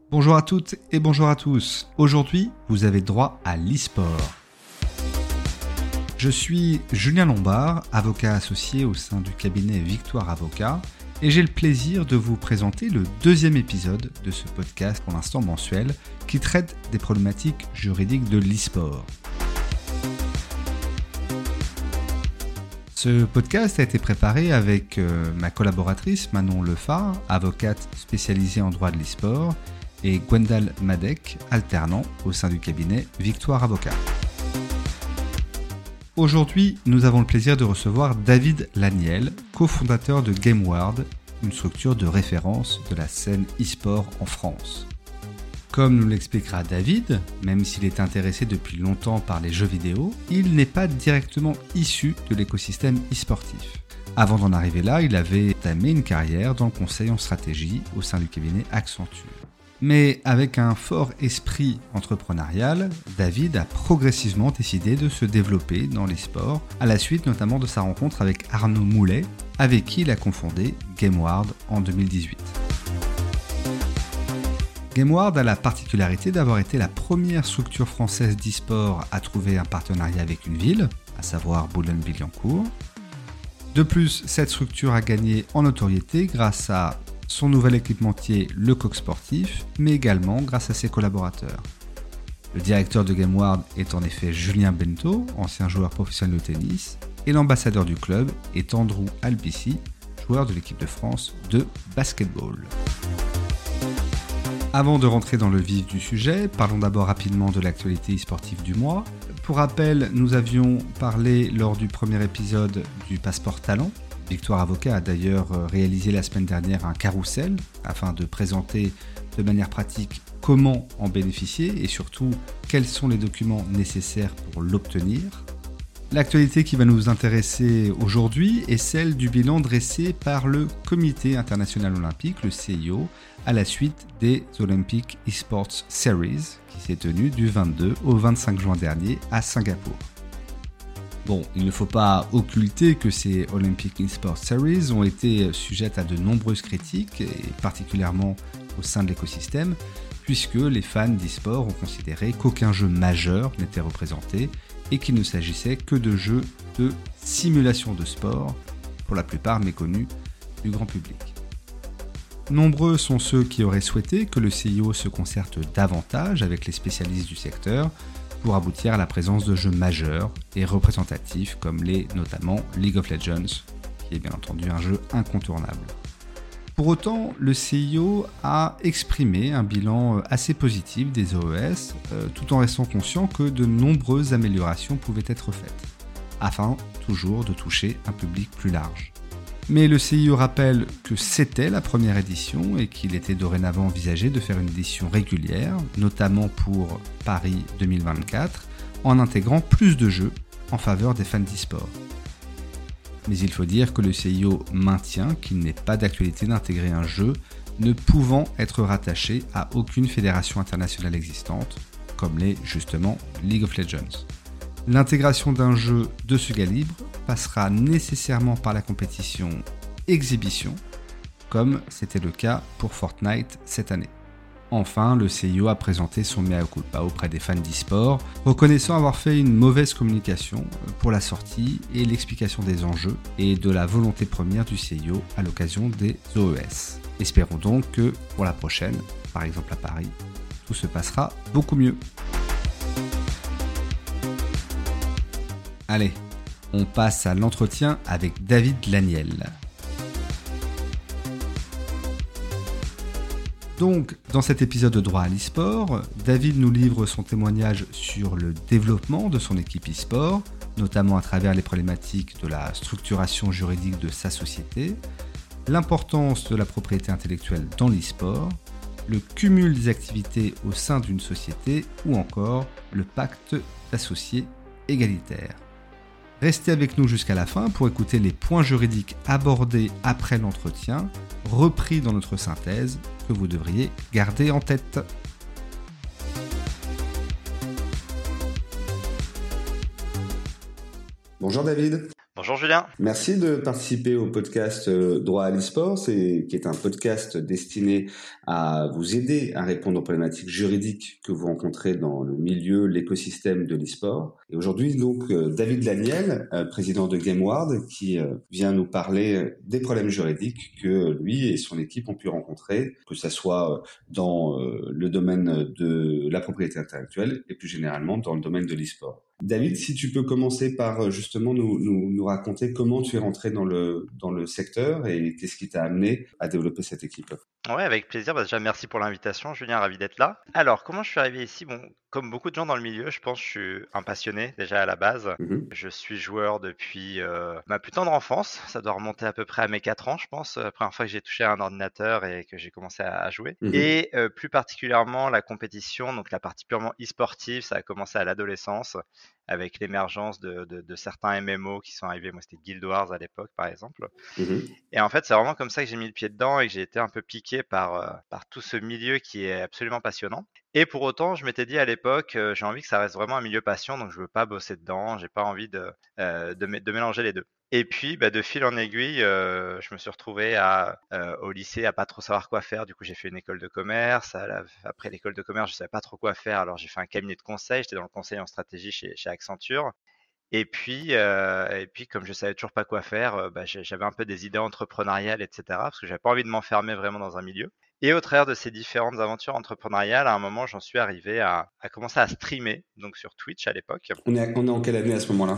Bonjour à toutes et bonjour à tous. Aujourd'hui, vous avez droit à l'e-sport. Je suis Julien Lombard, avocat associé au sein du cabinet Victoire Avocat, et j'ai le plaisir de vous présenter le deuxième épisode de ce podcast, pour l'instant mensuel, qui traite des problématiques juridiques de l'e-sport. Ce podcast a été préparé avec ma collaboratrice Manon Lefard, avocate spécialisée en droit de l'e-sport, et Gwendal Madec, alternant au sein du cabinet Victoire Avocat. Aujourd'hui, nous avons le plaisir de recevoir David Laniel, cofondateur de GameWard, une structure de référence de la scène e-sport en France. Comme nous l'expliquera David, même s'il est intéressé depuis longtemps par les jeux vidéo, il n'est pas directement issu de l'écosystème e-sportif. Avant d'en arriver là, il avait entamé une carrière dans le conseil en stratégie au sein du cabinet Accenture. Mais avec un fort esprit entrepreneurial, David a progressivement décidé de se développer dans les sports, à la suite notamment de sa rencontre avec Arnaud Moulet, avec qui il a cofondé GameWard en 2018. GameWard a la particularité d'avoir été la première structure française d'e-sport à trouver un partenariat avec une ville, à savoir Boulogne-Billancourt. De plus, cette structure a gagné en notoriété grâce à son nouvel équipementier, le Coq Sportif, mais également grâce à ses collaborateurs. Le directeur de GameWard est en effet Julien Bento, ancien joueur professionnel de tennis, et l'ambassadeur du club est Andrew Albici, joueur de l'équipe de France de basketball. Avant de rentrer dans le vif du sujet, parlons d'abord rapidement de l'actualité e-sportive du mois. Pour rappel, nous avions parlé lors du premier épisode du Passeport Talent. Victoire Avocat a d'ailleurs réalisé la semaine dernière un carrousel afin de présenter de manière pratique comment en bénéficier et surtout quels sont les documents nécessaires pour l'obtenir. L'actualité qui va nous intéresser aujourd'hui est celle du bilan dressé par le Comité international olympique, le CIO, à la suite des Olympic eSports Series qui s'est tenu du 22 au 25 juin dernier à Singapour. Bon, il ne faut pas occulter que ces Olympic eSports Series ont été sujettes à de nombreuses critiques, et particulièrement au sein de l'écosystème, puisque les fans d'e-sport ont considéré qu'aucun jeu majeur n'était représenté et qu'il ne s'agissait que de jeux de simulation de sport, pour la plupart méconnus du grand public. Nombreux sont ceux qui auraient souhaité que le CIO se concerte davantage avec les spécialistes du secteur pour aboutir à la présence de jeux majeurs et représentatifs comme l'est notamment League of Legends, qui est bien entendu un jeu incontournable. Pour autant, le CIO a exprimé un bilan assez positif des OES, tout en restant conscient que de nombreuses améliorations pouvaient être faites, afin toujours de toucher un public plus large. Mais le CIO rappelle que c'était la première édition et qu'il était dorénavant envisagé de faire une édition régulière, notamment pour Paris 2024, en intégrant plus de jeux en faveur des fans d'e-sport. Mais il faut dire que le CIO maintient qu'il n'est pas d'actualité d'intégrer un jeu ne pouvant être rattaché à aucune fédération internationale existante, comme l'est justement League of Legends. L'intégration d'un jeu de ce calibre passera nécessairement par la compétition Exhibition, comme c'était le cas pour Fortnite cette année. Enfin, le CIO a présenté son mea culpa auprès des fans d'e-sport, reconnaissant avoir fait une mauvaise communication pour la sortie et l'explication des enjeux et de la volonté première du CIO à l'occasion des OES. Espérons donc que pour la prochaine, par exemple à Paris, tout se passera beaucoup mieux. Allez, on passe à l'entretien avec David Laniel. Donc, dans cet épisode de Droit à l'e-sport, David nous livre son témoignage sur le développement de son équipe e-sport, notamment à travers les problématiques de la structuration juridique de sa société, l'importance de la propriété intellectuelle dans l'e-sport, le cumul des activités au sein d'une société ou encore le pacte d'associés égalitaires. Restez avec nous jusqu'à la fin pour écouter les points juridiques abordés après l'entretien, repris dans notre synthèse, que vous devriez garder en tête. Bonjour David. Bonjour Julien. Merci de participer au podcast Droit à l'e-sport, qui est un podcast destiné à vous aider à répondre aux problématiques juridiques que vous rencontrez dans le milieu, l'écosystème de l'e-sport. Et aujourd'hui, donc, David Laniel, président de GameWard, qui vient nous parler des problèmes juridiques que lui et son équipe ont pu rencontrer, que ça soit dans le domaine de la propriété intellectuelle et plus généralement dans le domaine de l'e-sport. David, si tu peux commencer par justement nous raconter comment tu es rentré dans le secteur et qu'est-ce qui t'a amené à développer cette équipe. Ouais, avec plaisir. Déjà, merci pour l'invitation, Julien, ravi d'être là. Alors, comment je suis arrivé ici? Bon, comme beaucoup de gens dans le milieu, je pense que je suis un passionné déjà à la base. Mhm. Je suis joueur depuis ma plus tendre enfance. Ça doit remonter à peu près à mes 4 ans, je pense. La première fois que j'ai touché à un ordinateur et que j'ai commencé à jouer. Mhm. Et plus particulièrement, la compétition, donc la partie purement e-sportive, ça a commencé à l'adolescence avec l'émergence de certains MMO qui sont arrivés. Moi, c'était Guild Wars à l'époque, par exemple. Mhm. Et en fait, c'est vraiment comme ça que j'ai mis le pied dedans et que j'ai été un peu piqué par tout ce milieu qui est absolument passionnant. Et pour autant, je m'étais dit à l'époque, j'ai envie que ça reste vraiment un milieu passion, donc je veux pas bosser dedans, j'ai pas envie de mélanger les deux. Et puis, bah, de fil en aiguille, je me suis retrouvé au lycée à pas trop savoir quoi faire. Du coup, j'ai fait une école de commerce. Après l'école de commerce, je savais pas trop quoi faire, alors j'ai fait un cabinet de conseil. J'étais dans le conseil en stratégie chez Accenture. Et puis, comme je savais toujours pas quoi faire, bah, j'avais un peu des idées entrepreneuriales, etc. Parce que j'avais pas envie de m'enfermer vraiment dans un milieu. Et au travers de ces différentes aventures entrepreneuriales, à un moment, j'en suis arrivé à commencer à streamer, donc sur Twitch à l'époque. On est en quelle année à ce moment-là?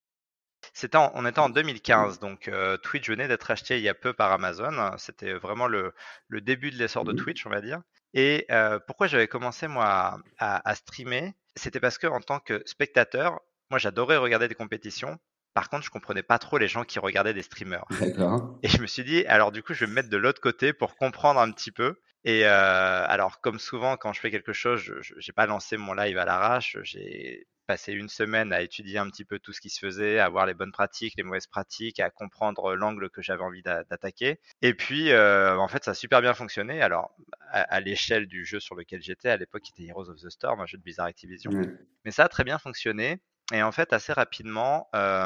On était en 2015, donc Twitch venait d'être acheté il y a peu par Amazon. C'était vraiment le début de l'essor de Mhm. Twitch, on va dire. Et pourquoi j'avais commencé moi à streamer, c'était parce que en tant que spectateur, moi j'adorais regarder des compétitions. Par contre, je comprenais pas trop les gens qui regardaient des streamers. D'accord. Et je me suis dit, alors du coup, je vais me mettre de l'autre côté pour comprendre un petit peu. Et alors, comme souvent, quand je fais quelque chose, je n'ai pas lancé mon live à l'arrache. J'ai passé une semaine à étudier un petit peu tout ce qui se faisait, à voir les bonnes pratiques, les mauvaises pratiques, à comprendre l'angle que j'avais envie d'attaquer. Et puis, en fait, ça a super bien fonctionné. Alors, à l'échelle du jeu sur lequel j'étais, à l'époque, qui était Heroes of the Storm, un jeu de Blizzard Activision. Ouais. Mais ça a très bien fonctionné. Et en fait, assez rapidement,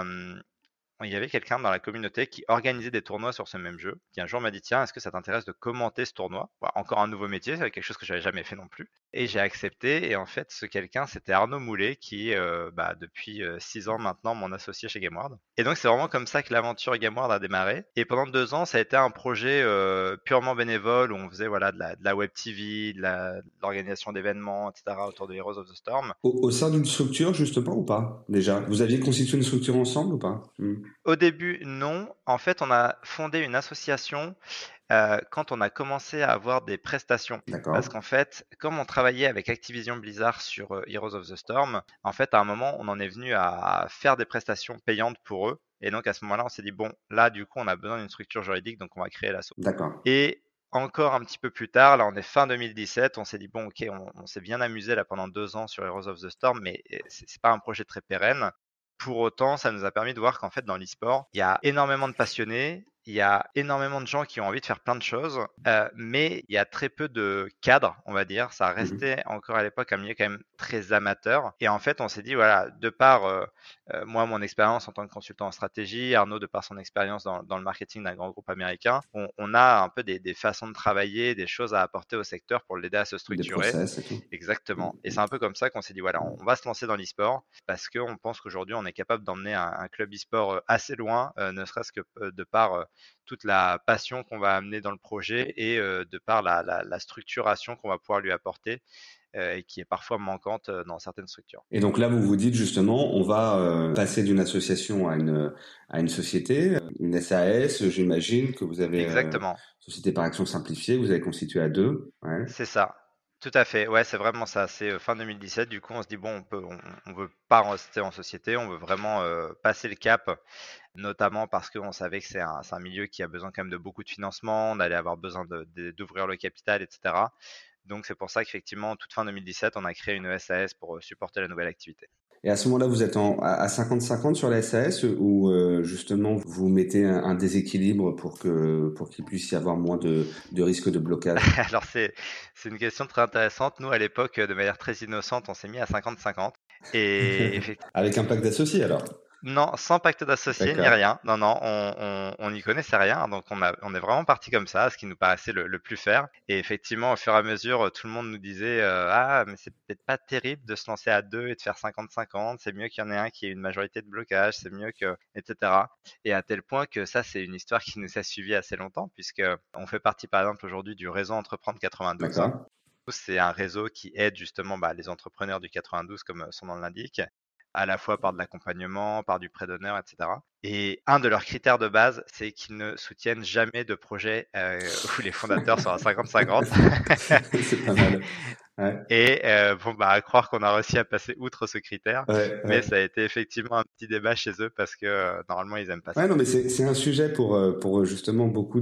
il y avait quelqu'un dans la communauté qui organisait des tournois sur ce même jeu, qui un jour m'a dit tiens, est-ce que ça t'intéresse de commenter ce tournoi? Bah, encore un nouveau métier, c'est quelque chose que j'avais jamais fait non plus. Et j'ai accepté. Et en fait, ce quelqu'un, c'était Arnaud Moulet, qui bah, depuis 6 ans maintenant, mon associé chez GameWard. Et donc, c'est vraiment comme ça que l'aventure GameWard a démarré. Et pendant 2 ans, ça a été un projet purement bénévole où on faisait voilà de la web TV, de l'organisation d'événements, etc. autour de Heroes of the Storm. Au sein d'une structure, justement, ou pas? Déjà, vous aviez constitué une structure ensemble ou pas? Au début, non. En fait, on a fondé une association quand on a commencé à avoir des prestations. Parce D'accord. qu'en fait, comme on travaillait avec Activision Blizzard sur Heroes of the Storm, en fait, à un moment, on en est venu à faire des prestations payantes pour eux. Et donc, à ce moment-là, on s'est dit, bon, là, du coup, on a besoin d'une structure juridique, donc on va créer l'asso. D'accord. Et encore un petit peu plus tard, là, on est fin 2017, on s'est dit, bon, ok, on s'est bien amusé là pendant 2 ans sur Heroes of the Storm, mais c'est pas un projet très pérenne. Pour autant, ça nous a permis de voir qu'en fait, dans l'e-sport, il y a énormément de passionnés, il y a énormément de gens qui ont envie de faire plein de choses, mais il y a très peu de cadres, on va dire. Ça Mhm. restait encore à l'époque un milieu quand même très amateur. Et en fait, on s'est dit, voilà, de par moi, mon expérience en tant que consultant en stratégie, Arnaud, de par son expérience dans le marketing d'un grand groupe américain, on a un peu des façons de travailler, des choses à apporter au secteur pour l'aider à se Des structurer. process et tout. Exactement. Et Mhm. c'est un peu comme ça qu'on s'est dit, voilà, on va se lancer dans l'e-sport parce qu'on pense qu'aujourd'hui, on est capable d'emmener un club e-sport assez loin, ne serait-ce que de par toute la passion qu'on va amener dans le projet et de par la structuration qu'on va pouvoir lui apporter et qui est parfois manquante dans certaines structures. Et donc là, vous vous dites justement, on va passer d'une association à une société, une SAS, j'imagine que vous avez Exactement. société par action simplifiée, vous avez constitué à deux. Ouais. C'est ça. Tout à fait. Ouais, c'est vraiment ça. C'est fin 2017. Du coup, on se dit bon, on veut pas rester en société, on veut vraiment passer le cap, notamment parce qu'on savait que c'est un milieu qui a besoin quand même de beaucoup de financement, on allait avoir besoin d'ouvrir le capital, etc. Donc c'est pour ça qu'effectivement, toute fin 2017, on a créé une SAS pour supporter la nouvelle activité. Et à ce moment-là, vous êtes à 50-50 sur la SAS ou justement vous mettez un déséquilibre pour qu'il puisse y avoir moins de risques de blocage? Alors c'est une question très intéressante. Nous, à l'époque, de manière très innocente, on s'est mis à 50-50. Et effectivement, Avec un pack d'associés alors. Non, sans pacte d'associés ni D'accord. rien. Non, non, on n'y connaissait rien. Donc, on est vraiment parti comme ça, ce qui nous paraissait le plus faire. Et effectivement, au fur et à mesure, tout le monde nous disait ah, mais c'est peut-être pas terrible de se lancer à deux et de faire 50-50. C'est mieux qu'il y en ait un qui ait une majorité de blocage. C'est mieux que, etc. Et à tel point que ça, c'est une histoire qui nous a suivi assez longtemps, puisque on fait partie, par exemple, aujourd'hui du réseau Entreprendre 92. D'accord. C'est un réseau qui aide justement les entrepreneurs du 92, comme son nom l'indique, à la fois par de l'accompagnement, par du prêt d'honneur, etc. Et un de leurs critères de base, c'est qu'ils ne soutiennent jamais de projet où les fondateurs sont à 50-50. C'est pas mal. Ouais. Et à croire qu'on a réussi à passer outre ce critère, Ouais, mais ouais. ça a été effectivement un petit débat chez eux parce que normalement ils aiment pas Ouais, ça. non, mais c'est un sujet pour justement beaucoup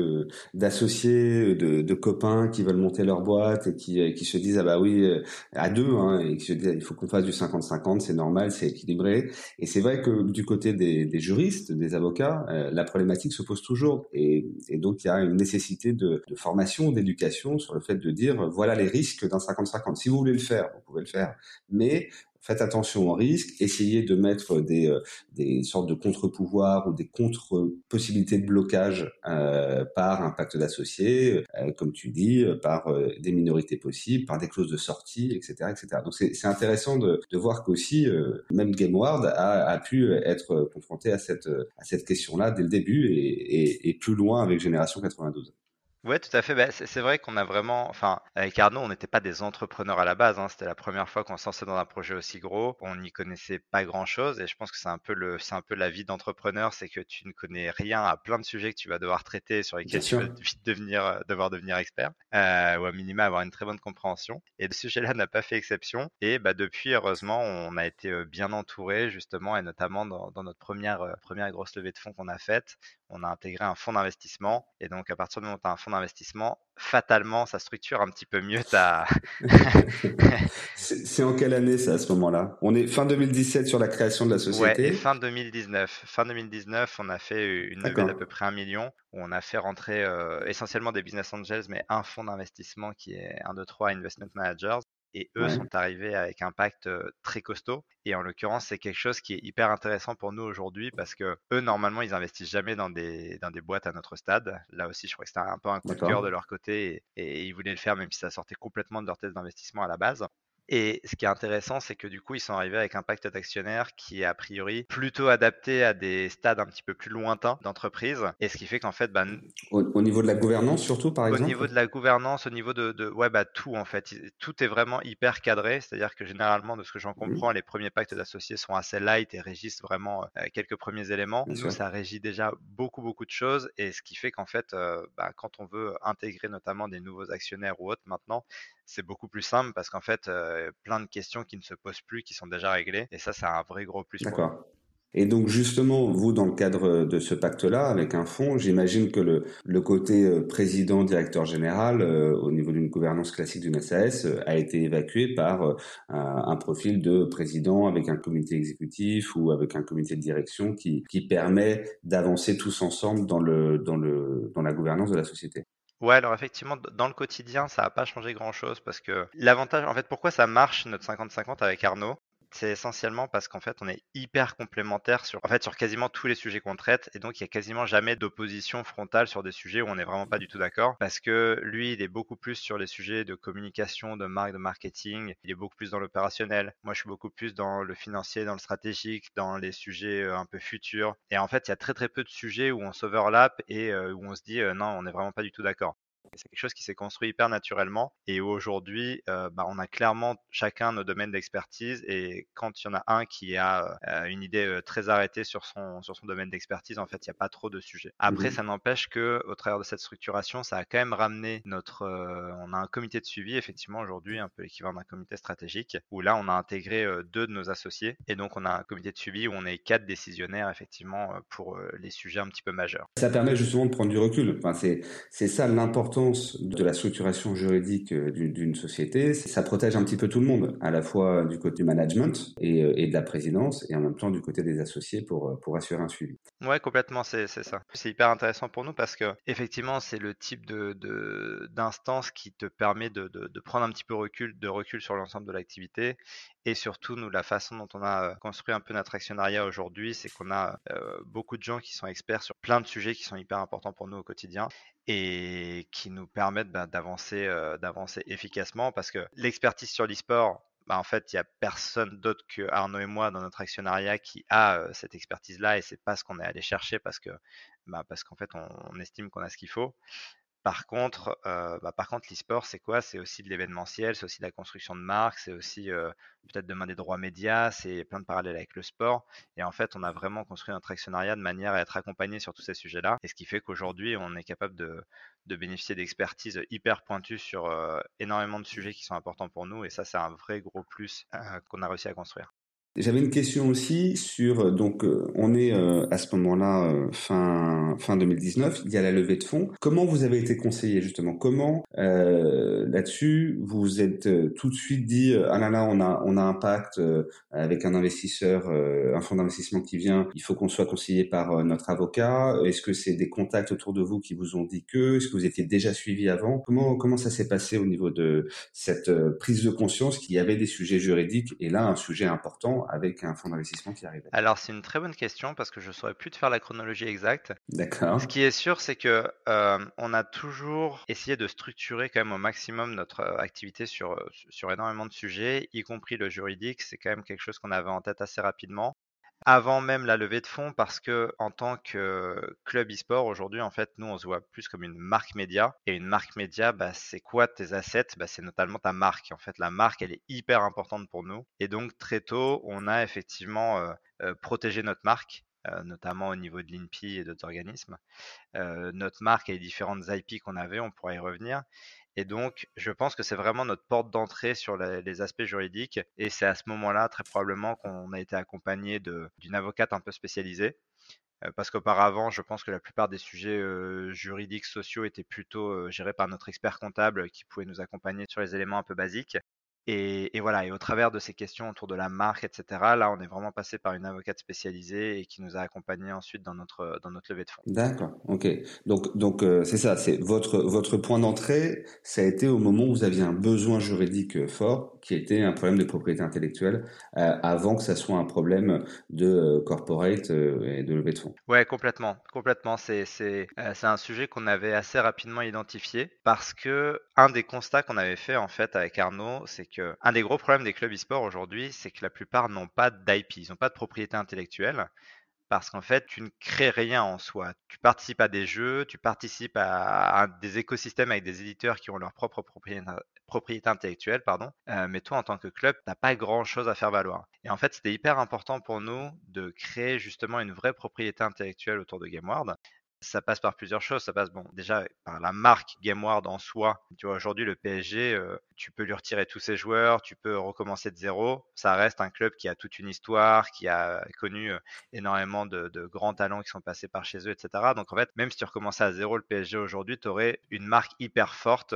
d'associés, de copains qui veulent monter leur boîte et qui se disent ah bah oui à deux hein, et qui se disent il faut qu'on fasse du 50-50, c'est normal, c'est équilibré. Et c'est vrai que du côté des juristes, des avocats, la problématique se pose toujours et donc il y a une nécessité de formation, d'éducation sur le fait de dire voilà les risques d'un 50-50. Si vous voulez le faire, vous pouvez le faire, mais faites attention aux risques, essayez de mettre des sortes de contre-pouvoirs ou des contre-possibilités de blocage par un pacte d'associés, comme tu dis, par des minorités possibles, par des clauses de sortie, etc., etc. Donc c'est intéressant de voir qu'aussi même GameWard a pu être confronté à cette question-là dès le début et plus loin avec Génération 92. Ouais, tout à fait. C'est vrai qu'on a vraiment, enfin, avec Arnaud, on n'était pas des entrepreneurs à la base, hein. C'était la première fois qu'on se lançait dans un projet aussi gros. On n'y connaissait pas grand-chose et je pense que c'est un peu la vie d'entrepreneur, c'est que tu ne connais rien à plein de sujets que tu vas devoir traiter, sur Bien lesquels tu vas sûr. vite devoir devenir expert, ou à minima avoir une très bonne compréhension. Et ce sujet-là n'a pas fait exception. Et depuis, heureusement, on a été bien entouré justement, et notamment dans notre première grosse levée de fonds qu'on a faite, on a intégré un fonds d'investissement. Et donc, à partir du moment où tu as un fonds d'investissement, fatalement, ça structure un petit peu mieux ta... C'est en quelle année ça à ce moment-là? On est fin 2017 sur la création de la Ouais, et société. fin 2019. Fin 2019, on a fait une levée d'à D'accord. peu près 1 million, où on a fait rentrer essentiellement des business angels, mais un fonds d'investissement qui est 1, 2, 3 Investment Managers. Et eux Ouais. sont arrivés avec un pacte très costaud. Et en l'occurrence, c'est quelque chose qui est hyper intéressant pour nous aujourd'hui parce que eux, normalement, ils investissent jamais dans des boîtes à notre stade. Là aussi, je crois que c'était un peu un coup de cœur de D'accord. leur côté et ils voulaient le faire même si ça sortait complètement de leur thèse d'investissement à la base. Et ce qui est intéressant, c'est que du coup, ils sont arrivés avec un pacte d'actionnaires qui est a priori plutôt adapté à des stades un petit peu plus lointains d'entreprise. Et ce qui fait qu'en fait, Au niveau de la gouvernance surtout, par au niveau exemple? de la gouvernance, au niveau tout en fait, tout est vraiment hyper cadré. C'est-à-dire que généralement, de ce que j'en comprends, Mhm, les premiers pactes d'associés sont assez light et régissent vraiment quelques premiers éléments. bien Nous, sûr. ça régit déjà beaucoup de choses, et ce qui fait qu'en fait, quand on veut intégrer notamment des nouveaux actionnaires ou autres maintenant, c'est beaucoup plus simple parce qu'en fait, plein de questions qui ne se posent plus, qui sont déjà réglées, et ça, c'est un vrai gros plus pour nous. D'accord. Et donc justement, vous, dans le cadre de ce pacte-là, avec un fonds, j'imagine que le côté président, directeur général, au niveau d'une gouvernance classique d'une SAS, a été évacué par un profil de président avec un comité exécutif ou avec un comité de direction qui permet d'avancer tous ensemble dans la gouvernance de la société. Ouais, alors effectivement, dans le quotidien, ça n'a pas changé grand-chose parce que l'avantage, en fait, pourquoi ça marche notre 50-50 avec Arnaud, c'est essentiellement parce qu'en fait, on est hyper complémentaires sur quasiment tous les sujets qu'on traite, et donc il y a quasiment jamais d'opposition frontale sur des sujets où on n'est vraiment pas du tout d'accord, parce que lui, il est beaucoup plus sur les sujets de communication, de marque, de marketing, il est beaucoup plus dans l'opérationnel. Moi, je suis beaucoup plus dans le financier, dans le stratégique, dans les sujets un peu futurs. Et en fait, il y a très peu de sujets où on s'overlap et où on se dit non, on n'est vraiment pas du tout d'accord. C'est quelque chose qui s'est construit hyper naturellement, et où aujourd'hui, on a clairement chacun nos domaines d'expertise, et quand il y en a un qui a une idée très arrêtée sur son domaine d'expertise, en fait, il n'y a pas trop de sujets. Après, ça Mhm. n'empêche que au travers de cette structuration, ça a quand même ramené on a un comité de suivi, effectivement, aujourd'hui, un peu l'équivalent d'un comité stratégique, où là, on a intégré deux de nos associés, et donc on a un comité de suivi où on est quatre décisionnaires, effectivement, pour les sujets un petit peu majeurs. Ça permet justement de prendre du recul. Enfin, c'est ça l'importance de la structuration juridique d'une société. Ça protège un petit peu tout le monde, à la fois du côté management et de la présidence, et en même temps du côté des associés pour assurer un suivi. Ouais, complètement, c'est ça. C'est hyper intéressant pour nous parce que effectivement, c'est le type d'instance qui te permet de prendre un petit peu de recul sur l'ensemble de l'activité. Et surtout, nous, la façon dont on a construit un peu notre actionnariat aujourd'hui, c'est qu'on a beaucoup de gens qui sont experts sur plein de sujets qui sont hyper importants pour nous au quotidien et qui nous permettent d'avancer efficacement parce que l'expertise sur l'e-sport, bah, en fait, il y a personne d'autre que Arnaud et moi dans notre actionnariat qui a cette expertise-là et c'est pas ce qu'on est allé chercher parce qu'en fait, on estime qu'on a ce qu'il faut. Par contre, l'e-sport, c'est quoi? C'est aussi de l'événementiel, c'est aussi de la construction de marques, c'est aussi peut-être demain des droits médias, c'est plein de parallèles avec le sport. Et en fait, on a vraiment construit notre actionnariat de manière à être accompagné sur tous ces sujets-là. Et ce qui fait qu'aujourd'hui, on est capable de bénéficier d'expertise hyper pointue sur énormément de sujets qui sont importants pour nous. Et ça, c'est un vrai gros plus qu'on a réussi à construire. J'avais une question aussi sur donc on est à ce moment-là fin 2019, il y a la levée de fonds. Comment vous avez été conseillé justement? Comment là-dessus vous vous êtes tout de suite dit ah là là on a un pacte avec un investisseur, un fonds d'investissement qui vient, il faut qu'on soit conseillé par notre avocat. Est-ce que c'est des contacts autour de vous qui vous ont dit que? Est-ce que vous étiez déjà suivi avant? Comment ça s'est passé au niveau de cette prise de conscience qu'il y avait des sujets juridiques et là un sujet important avec un fonds d'investissement qui arrivait? Alors, c'est une très bonne question parce que je saurais plus te faire la chronologie exacte. Ce D'accord. qui est sûr, c'est que on a toujours essayé de structurer quand même au maximum notre activité sur énormément de sujets, y compris le juridique. C'est quand même quelque chose qu'on avait en tête assez rapidement. Avant même la levée de fonds, parce que en tant que club e-sport, aujourd'hui, en fait, nous, on se voit plus comme une marque média. Et une marque média, bah, c'est quoi tes assets? Bah, c'est notamment ta marque. En fait, la marque, elle est hyper importante pour nous. Et donc, très tôt, on a effectivement protégé notre marque, notamment au niveau de l'INPI et d'autres organismes. Notre marque et les différentes IP qu'on avait, on pourra y revenir. Et donc, je pense que c'est vraiment notre porte d'entrée sur les aspects juridiques. Et c'est à ce moment-là, très probablement, qu'on a été accompagné d'une avocate un peu spécialisée. Parce qu'auparavant, je pense que la plupart des sujets juridiques, sociaux étaient plutôt gérés par notre expert comptable qui pouvait nous accompagner sur les éléments un peu basiques. Et voilà, et au travers de ces questions autour de la marque, etc., là, on est vraiment passé par une avocate spécialisée et qui nous a accompagnés ensuite dans notre levée de fonds. D'accord, ok. Donc c'est ça, c'est votre point d'entrée, ça a été au moment où vous aviez un besoin juridique fort, qui était un problème de propriété intellectuelle, avant que ça soit un problème de corporate et de levée de fonds. Ouais, complètement, complètement. C'est un sujet qu'on avait assez rapidement identifié parce que un des constats qu'on avait fait en fait avec Arnaud, c'est que un des gros problèmes des clubs e-sport aujourd'hui, c'est que la plupart n'ont pas d'IP, ils n'ont pas de propriété intellectuelle. Parce qu'en fait, tu ne crées rien en soi. Tu participes à des jeux, tu participes à des écosystèmes avec des éditeurs qui ont leur propre propriété intellectuelle, pardon. Mais toi, en tant que club, tu n'as pas grand-chose à faire valoir. Et en fait, c'était hyper important pour nous de créer justement une vraie propriété intellectuelle autour de GameWard. Ça passe par plusieurs choses. Ça passe, bon, déjà par la marque GameWard en soi. Tu vois, aujourd'hui, le PSG, tu peux lui retirer tous ses joueurs, tu peux recommencer de zéro. Ça reste un club qui a toute une histoire, qui a connu énormément de grands talents qui sont passés par chez eux, etc. Donc en fait, même si tu recommençais à zéro le PSG aujourd'hui, tu aurais une marque hyper forte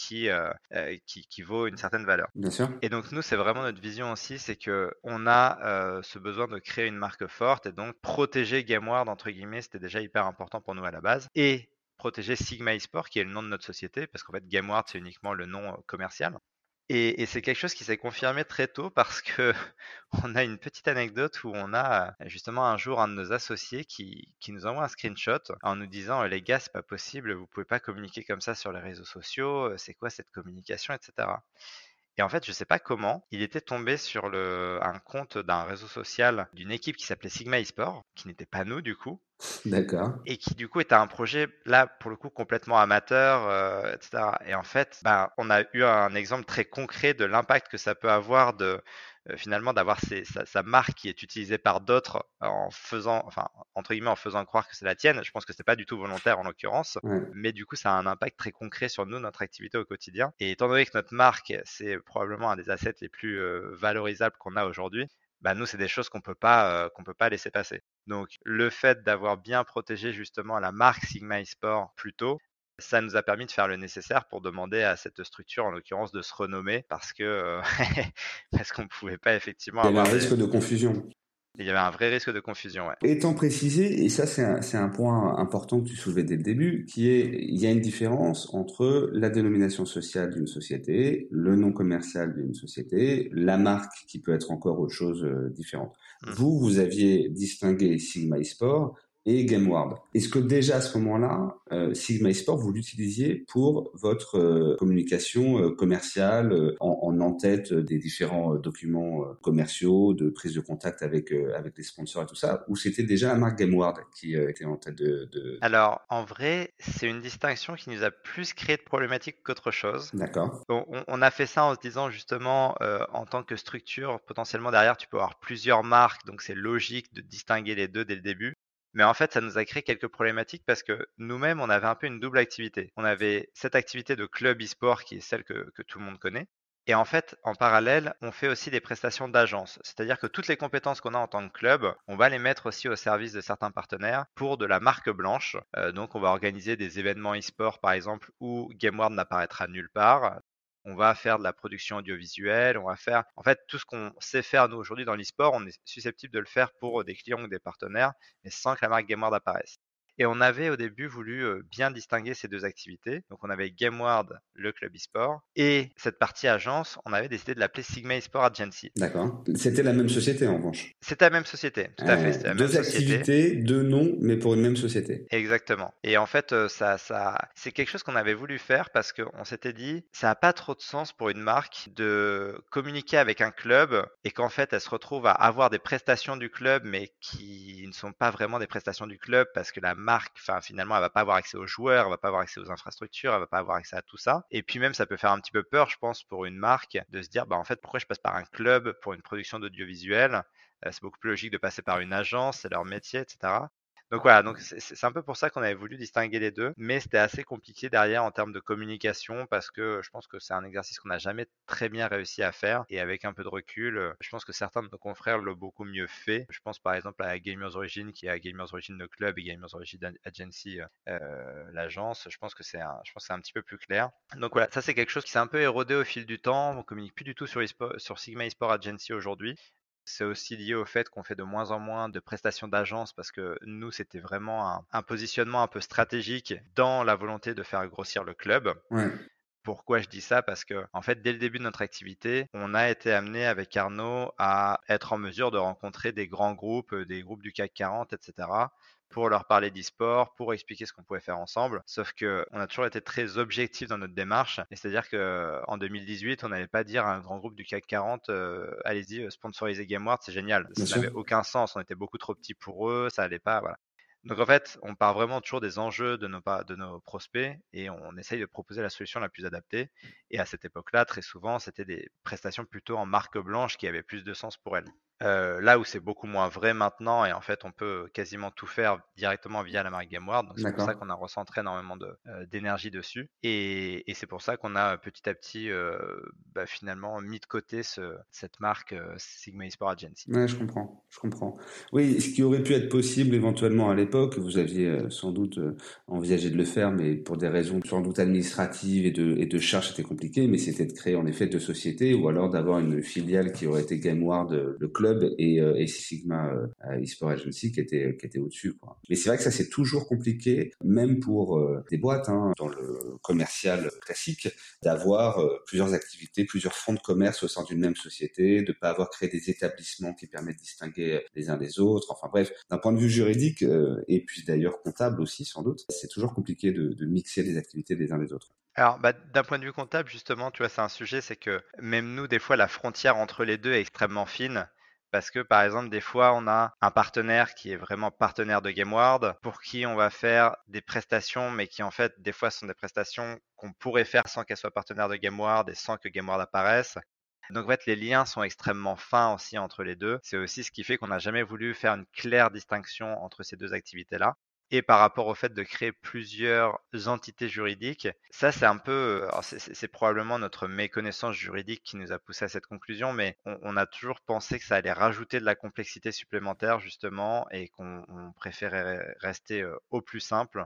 qui vaut une certaine valeur. Bien sûr. Et donc nous, c'est vraiment notre vision aussi, c'est que on a ce besoin de créer une marque forte et donc protéger GameWard entre guillemets, c'était déjà hyper important pour nous à la base et protéger Sigma eSport qui est le nom de notre société parce qu'en fait GameWard c'est uniquement le nom commercial. Et c'est quelque chose qui s'est confirmé très tôt parce que on a une petite anecdote où on a justement un jour un de nos associés qui nous envoie un screenshot en nous disant les gars, c'est pas possible, vous pouvez pas communiquer comme ça sur les réseaux sociaux, c'est quoi cette communication, etc. Et en fait, je sais pas comment, il était tombé sur un compte d'un réseau social d'une équipe qui s'appelait Sigma eSport, qui n'était pas nous du coup, D'accord. et qui du coup était un projet là pour le coup complètement amateur, etc. Et en fait, bah, on a eu un exemple très concret de l'impact que ça peut avoir finalement d'avoir sa marque qui est utilisée par d'autres en faisant, enfin entre guillemets en faisant croire que c'est la tienne. Je pense que c'est pas du tout volontaire en l'occurrence, Ouais. mais du coup ça a un impact très concret sur nous, notre activité au quotidien. Et étant donné que notre marque c'est probablement un des assets les plus valorisables qu'on a aujourd'hui, bah nous c'est des choses qu'on peut pas laisser passer. Donc le fait d'avoir bien protégé justement la marque Sigma eSport plus tôt, ça nous a permis de faire le nécessaire pour demander à cette structure, en l'occurrence, de se renommer parce que parce qu'on pouvait pas effectivement Il y avait avoir un des. risque de confusion. Il y avait un vrai risque de confusion, ouais. Étant précisé, et ça c'est un point important que tu soulevais dès le début, qui est, il y a une différence entre la dénomination sociale d'une société, le nom commercial d'une société, la marque qui peut être encore autre chose différente. Vous aviez distingué Sigma eSport et GameWard. Est-ce que déjà à ce moment-là, Sigma eSport, vous l'utilisiez pour votre communication commerciale en en-tête des différents documents commerciaux, de prise de contact avec les sponsors et tout ça, ou c'était déjà la marque GameWard qui était en tête de... Alors, en vrai, c'est une distinction qui nous a plus créé de problématiques qu'autre chose. D'accord. On a fait ça en se disant justement, en tant que structure, potentiellement derrière, tu peux avoir plusieurs marques, donc c'est logique de distinguer les 2 dès le début. Mais en fait, ça nous a créé quelques problématiques parce que nous-mêmes, on avait un peu une double activité. On avait cette activité de club e-sport qui est celle que tout le monde connaît. Et en fait, en parallèle, on fait aussi des prestations d'agence. C'est-à-dire que toutes les compétences qu'on a en tant que club, on va les mettre aussi au service de certains partenaires pour de la marque blanche. Donc, on va organiser des événements e-sport, par exemple, où GameWard n'apparaîtra nulle part. On va faire de la production audiovisuelle, on va faire en fait tout ce qu'on sait faire nous aujourd'hui dans l'e-sport, on est susceptible de le faire pour des clients ou des partenaires, mais sans que la marque GameWard apparaisse. Et on avait au début voulu bien distinguer ces 2 activités. Donc on avait GameWard, le club e-sport, et cette partie agence, on avait décidé de l'appeler Sigma eSport Agency. D'accord. C'était la même société en revanche. C'était la même société, tout à fait, c'était la même Deux société. activités, deux noms, mais pour une même société. Exactement. Et en fait, c'est quelque chose qu'on avait voulu faire parce qu'on s'était dit: «Ça a pas trop de sens pour une marque de communiquer avec un club et qu'en fait, elle se retrouve à avoir des prestations du club, mais qui ne sont pas vraiment des prestations du club parce que la marque, enfin, finalement, elle va pas avoir accès aux joueurs, elle va pas avoir accès aux infrastructures, elle va pas avoir accès à tout ça». Et puis même, ça peut faire un petit peu peur, je pense, pour une marque de se dire: «Bah, en fait, pourquoi je passe par un club pour une production d'audiovisuel?» C'est beaucoup plus logique de passer par une agence, c'est leur métier et cetera. Donc voilà, donc c'est un peu pour ça qu'on avait voulu distinguer les 2, mais c'était assez compliqué derrière en termes de communication parce que je pense que c'est un exercice qu'on n'a jamais très bien réussi à faire et avec un peu de recul, je pense que certains de nos confrères l'ont beaucoup mieux fait. Je pense par exemple à Gamers Origin qui est à Gamers Origin le club et Gamers Origin Agency l'agence. Je pense que c'est un petit peu plus clair. Donc voilà, ça c'est quelque chose qui s'est un peu érodé au fil du temps. On communique plus du tout sur Sigma eSport Agency aujourd'hui. C'est aussi lié au fait qu'on fait de moins en moins de prestations d'agence parce que nous, c'était vraiment un positionnement un peu stratégique dans la volonté de faire grossir le club. Ouais. Pourquoi je dis ça? Parce que, en fait, dès le début de notre activité, on a été amené avec Arnaud à être en mesure de rencontrer des grands groupes, des groupes du CAC 40, etc., pour leur parler d'e-sport, pour expliquer ce qu'on pouvait faire ensemble. Sauf que on a toujours été très objectif dans notre démarche. Et c'est-à-dire que en 2018, on n'allait pas dire à un grand groupe du CAC 40, allez-y, sponsorisez GameWard, c'est génial. Bien Ça sûr. n'avait aucun sens. On était beaucoup trop petits pour eux, ça allait pas, voilà. Donc en fait, on part vraiment toujours des enjeux de nos prospects et on essaye de proposer la solution la plus adaptée. Et à cette époque-là, très souvent, c'était des prestations plutôt en marque blanche qui avaient plus de sens pour elles. Là où c'est beaucoup moins vrai maintenant et en fait, on peut quasiment tout faire directement via la marque GameWard. Donc c'est pour ça D'accord. qu'on a recentré énormément d'énergie dessus et c'est pour ça qu'on a petit à petit finalement mis de côté cette marque Sigma eSport Agency. Ouais, je comprends, je comprends. Oui, ce qui aurait pu être possible éventuellement à l'époque, vous aviez sans doute envisagé de le faire, mais pour des raisons sans doute administratives et de charges, c'était compliqué, mais c'était de créer en effet deux sociétés ou alors d'avoir une filiale qui aurait été GameWard, le club, et Sigma eSport Agency qui était au-dessus, quoi. Mais c'est vrai que ça, c'est toujours compliqué, même pour des boîtes, hein, dans le commercial classique, d'avoir plusieurs activités, plusieurs fonds de commerce au sein d'une même société, de pas avoir créé des établissements qui permettent de distinguer les uns des autres. Enfin bref, d'un point de vue juridique et puis d'ailleurs comptable aussi sans doute, c'est toujours compliqué de mixer les activités des uns des autres. Alors, bah, d'un point de vue comptable, justement, tu vois, c'est un sujet, c'est que même nous, des fois, la frontière entre les deux est extrêmement fine. Parce que, par exemple, des fois, on a un partenaire qui est vraiment partenaire de GameWard, pour qui on va faire des prestations, mais qui, en fait, des fois, sont des prestations qu'on pourrait faire sans qu'elle soit partenaire de GameWard et sans que GameWard apparaisse. Donc, en fait, les liens sont extrêmement fins aussi entre les deux. C'est aussi ce qui fait qu'on n'a jamais voulu faire une claire distinction entre ces deux activités-là. Et par rapport au fait de créer plusieurs entités juridiques, ça c'est un peu, alors c'est probablement notre méconnaissance juridique qui nous a poussé à cette conclusion, mais on a toujours pensé que ça allait rajouter de la complexité supplémentaire justement et qu'on préférait rester au plus simple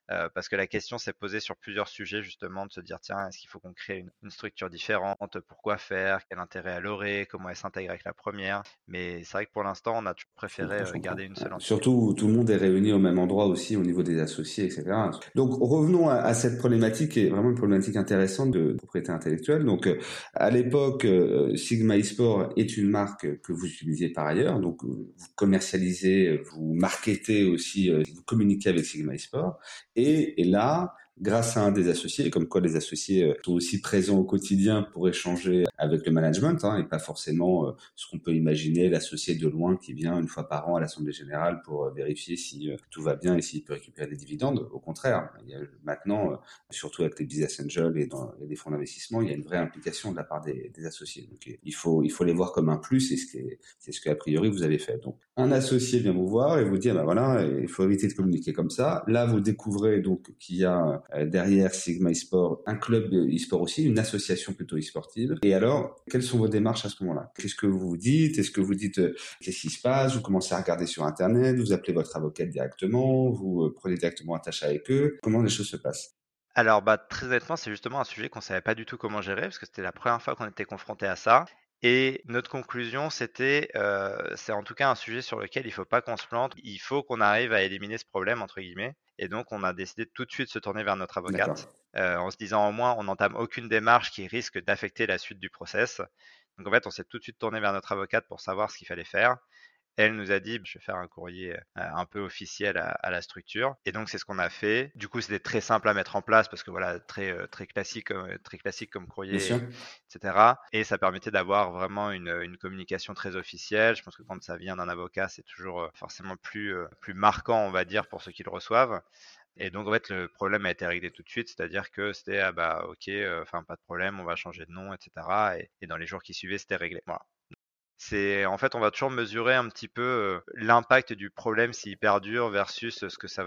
parce que la question s'est posée sur plusieurs sujets justement, de se dire tiens, est-ce qu'il faut qu'on crée une structure différente? Pourquoi faire? Quel intérêt elle aurait? Comment elle s'intègre avec la première? Mais c'est vrai que pour l'instant, on a toujours préféré Je comprends. garder une seule entité. Surtout où tout le monde est réuni au même endroit aussi au niveau des associés, etc. Donc revenons à cette problématique qui est vraiment une problématique intéressante de propriété intellectuelle. Donc à l'époque, Sigma eSport est une marque que vous utilisez par ailleurs. Donc vous commercialisez, vous marketez aussi, vous communiquez avec Sigma eSport. Et là, grâce à un des associés, comme quoi les associés sont aussi présents au quotidien pour échanger avec le management, et pas forcément ce qu'on peut imaginer, l'associé de loin qui vient une fois par an à l'Assemblée Générale pour vérifier si tout va bien et s'il peut récupérer des dividendes. Au contraire, il y a maintenant, surtout avec les business angels et dans les fonds d'investissement, il y a une vraie implication de la part des associés. Donc il faut les voir comme un plus, et c'est ce qu'a priori vous avez fait. Donc un associé vient vous voir et vous dit ben voilà, il faut éviter de communiquer comme ça. Là vous découvrez donc qu'il y a derrière Sigma eSport un club eSport aussi, une association plutôt eSportive. Et alors, quelles sont vos démarches à ce moment-là? Qu'est-ce que vous dites? Est-ce que vous dites qu'est-ce qui se passe? Vous commencez à regarder sur Internet, vous appelez votre avocate directement, vous prenez directement attache avec eux. Comment les choses se passent? Alors, bah, très honnêtement, c'est justement un sujet qu'on savait pas du tout comment gérer, parce que c'était la première fois qu'on était confronté à ça. Et notre conclusion, c'était, c'est en tout cas un sujet sur lequel il faut pas qu'on se plante. Il faut qu'on arrive à éliminer ce problème, entre guillemets. Et donc, on a décidé de tout de suite se tourner vers notre avocate, D'accord. en se disant au moins, on n'entame aucune démarche qui risque d'affecter la suite du process. Donc, en fait, on s'est tout de suite tourné vers notre avocate pour savoir ce qu'il fallait faire. Elle nous a dit: «Je vais faire un courrier, un peu officiel à la structure» et donc c'est ce qu'on a fait. Du coup, c'était très simple à mettre en place parce que voilà, très classique comme Bien courrier sûr. et cetera et ça permettait d'avoir vraiment une communication très officielle. Je pense que quand ça vient d'un avocat, c'est toujours, forcément plus marquant, on va dire, pour ceux qui le reçoivent et donc en fait, le problème a été réglé tout de suite, c'est-à-dire que c'était: «Ah bah OK, enfin pas de problème, on va changer de nom et cetera» et dans les jours qui suivaient, c'était réglé. Voilà. C'est en fait, on va toujours mesurer un petit peu, l'impact du problème s'il perdure versus,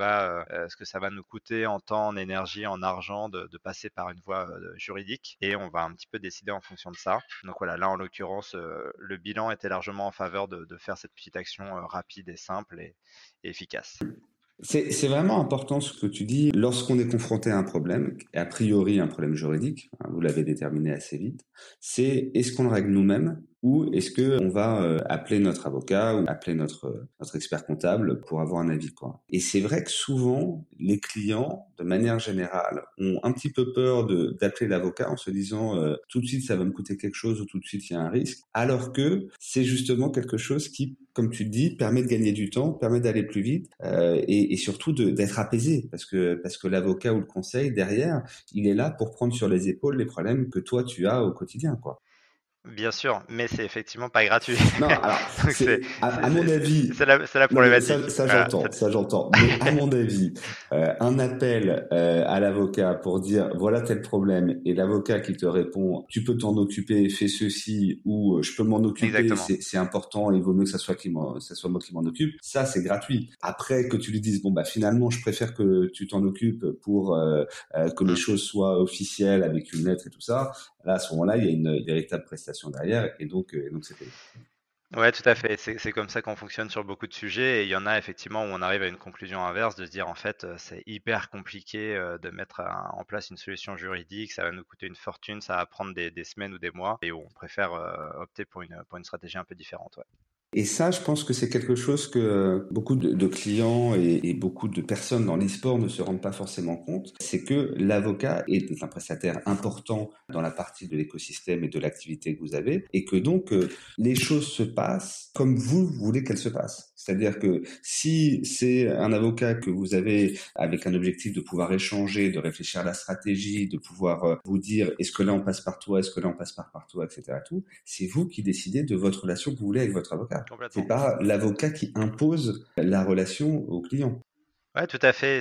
ce que ça va nous coûter en temps, en énergie, en argent de passer par une voie, juridique et on va un petit peu décider en fonction de ça. Donc voilà, là, en l'occurrence, le bilan était largement en faveur de faire cette petite action, rapide et simple et efficace. C'est vraiment important ce que tu dis. Lorsqu'on est confronté à un problème, a priori un problème juridique, vous l'avez déterminé assez vite, c'est est-ce qu'on le règle nous-mêmes ou est-ce que on va appeler notre avocat ou appeler notre expert comptable pour avoir un avis, quoi. Et c'est vrai que souvent les clients, de manière générale, ont un petit peu peur d'appeler l'avocat en se disant tout de suite ça va me coûter quelque chose ou tout de suite il y a un risque, alors que c'est justement quelque chose qui, comme tu dis, permet de gagner du temps, permet d'aller plus vite et surtout d'être apaisé parce que l'avocat ou le conseil derrière, il est là pour prendre sur les épaules les problèmes que toi tu as au quotidien, quoi. Bien sûr, mais c'est effectivement pas gratuit. Non, alors Donc c'est à mon avis. c'est la Non mais problématique. Voilà, ça j'entends. Mais à mon avis, un appel à l'avocat pour dire voilà tel problème et l'avocat qui te répond tu peux t'en occuper, fais ceci ou je peux m'en occuper, exactement. c'est important, il vaut mieux que ça soit moi qui m'en occupe. Ça c'est gratuit. Après que tu lui dises bon bah finalement je préfère que tu t'en occupes pour que les Mmh. choses soient officielles avec une lettre et tout ça. Là à ce moment-là il y a une véritable prestation derrière et donc c'est payé. Ouais, tout à fait. C'est comme ça qu'on fonctionne sur beaucoup de sujets et il y en a effectivement où on arrive à une conclusion inverse de se dire en fait, c'est hyper compliqué, de mettre en place une solution juridique, ça va nous coûter une fortune, ça va prendre des semaines ou des mois et où on préfère, opter pour une stratégie un peu différente, ouais. Et ça, je pense que c'est quelque chose que beaucoup de clients et beaucoup de personnes dans l'e-sport ne se rendent pas forcément compte. C'est que l'avocat est un prestataire important dans la partie de l'écosystème et de l'activité que vous avez et que donc les choses se passent comme vous voulez qu'elles se passent. C'est-à-dire que si c'est un avocat que vous avez avec un objectif de pouvoir échanger, de réfléchir à la stratégie, de pouvoir vous dire est-ce que là on passe par toi, est-ce que là on passe par toi, etc. Tout, c'est vous qui décidez de votre relation que vous voulez avec votre avocat. C'est Complètement. pas l'avocat qui impose la relation au client. Ouais, tout à fait.